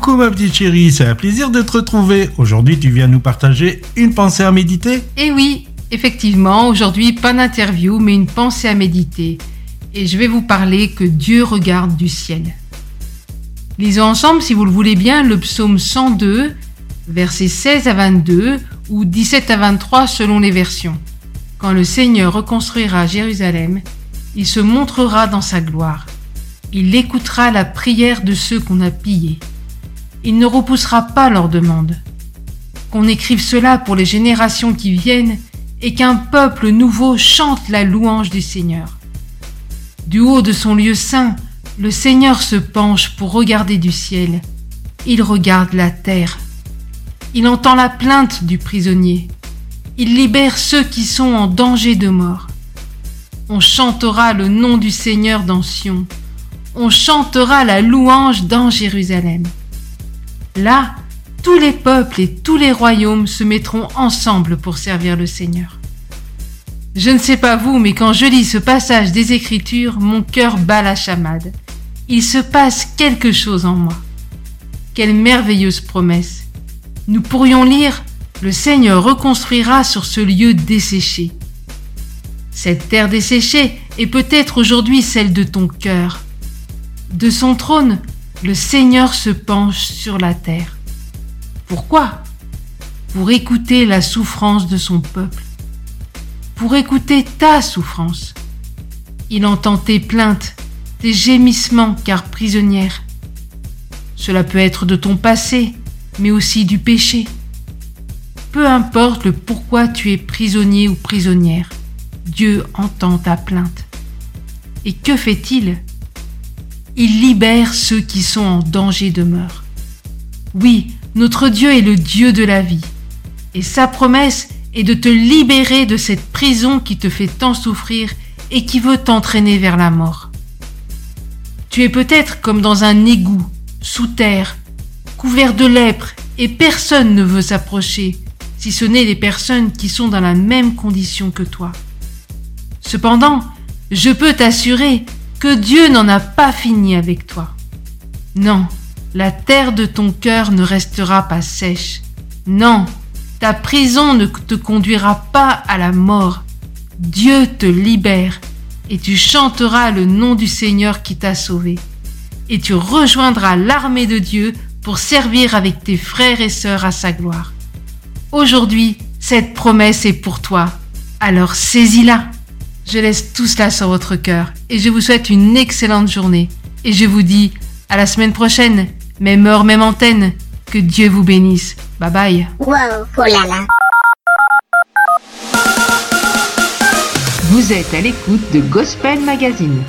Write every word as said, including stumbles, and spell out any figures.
Coucou ma petite chérie, c'est un plaisir de te retrouver. Aujourd'hui, tu viens nous partager une pensée à méditer ? Eh oui, effectivement, aujourd'hui, pas d'interview, mais une pensée à méditer. Et je vais vous parler que Dieu regarde du ciel. Lisons ensemble, si vous le voulez bien, le psaume cent deux, versets seize à vingt-deux, ou dix-sept à vingt-trois selon les versions. Quand le Seigneur reconstruira Jérusalem, il se montrera dans sa gloire. Il écoutera la prière de ceux qu'on a pillés. Il ne repoussera pas leurs demandes. Qu'on écrive cela pour les générations qui viennent et qu'un peuple nouveau chante la louange du Seigneur. Du haut de son lieu saint, le Seigneur se penche pour regarder du ciel. Il regarde la terre. Il entend la plainte du prisonnier. Il libère ceux qui sont en danger de mort. On chantera le nom du Seigneur dans Sion. On chantera la louange dans Jérusalem. Là, tous les peuples et tous les royaumes se mettront ensemble pour servir le Seigneur. Je ne sais pas vous, mais quand je lis ce passage des Écritures, mon cœur bat la chamade. Il se passe quelque chose en moi. Quelle merveilleuse promesse! Nous pourrions lire « Le Seigneur reconstruira sur ce lieu desséché ». Cette terre desséchée est peut-être aujourd'hui celle de ton cœur. De son trône, le Seigneur se penche sur la terre. Pourquoi ? Pour écouter la souffrance de son peuple. Pour écouter ta souffrance. Il entend tes plaintes, tes gémissements car prisonnière. Cela peut être de ton passé, mais aussi du péché. Peu importe le pourquoi tu es prisonnier ou prisonnière, Dieu entend ta plainte. Et que fait-il ? Il libère ceux qui sont en danger de mort. Oui, notre Dieu est le Dieu de la vie. Et sa promesse est de te libérer de cette prison qui te fait tant souffrir et qui veut t'entraîner vers la mort. Tu es peut-être comme dans un égout, sous terre, couvert de lèpre, et personne ne veut s'approcher, si ce n'est les personnes qui sont dans la même condition que toi. Cependant, je peux t'assurer que Dieu n'en a pas fini avec toi. Non, la terre de ton cœur ne restera pas sèche. Non, ta prison ne te conduira pas à la mort. Dieu te libère et tu chanteras le nom du Seigneur qui t'a sauvé. Et tu rejoindras l'armée de Dieu pour servir avec tes frères et sœurs à sa gloire. Aujourd'hui, cette promesse est pour toi. Alors saisis-la. Je laisse tout cela sur votre cœur et je vous souhaite une excellente journée. Et je vous dis à la semaine prochaine, même heure, même antenne. Que Dieu vous bénisse. Bye bye. Wow, oh là là. Vous êtes à l'écoute de Gospel Magazine.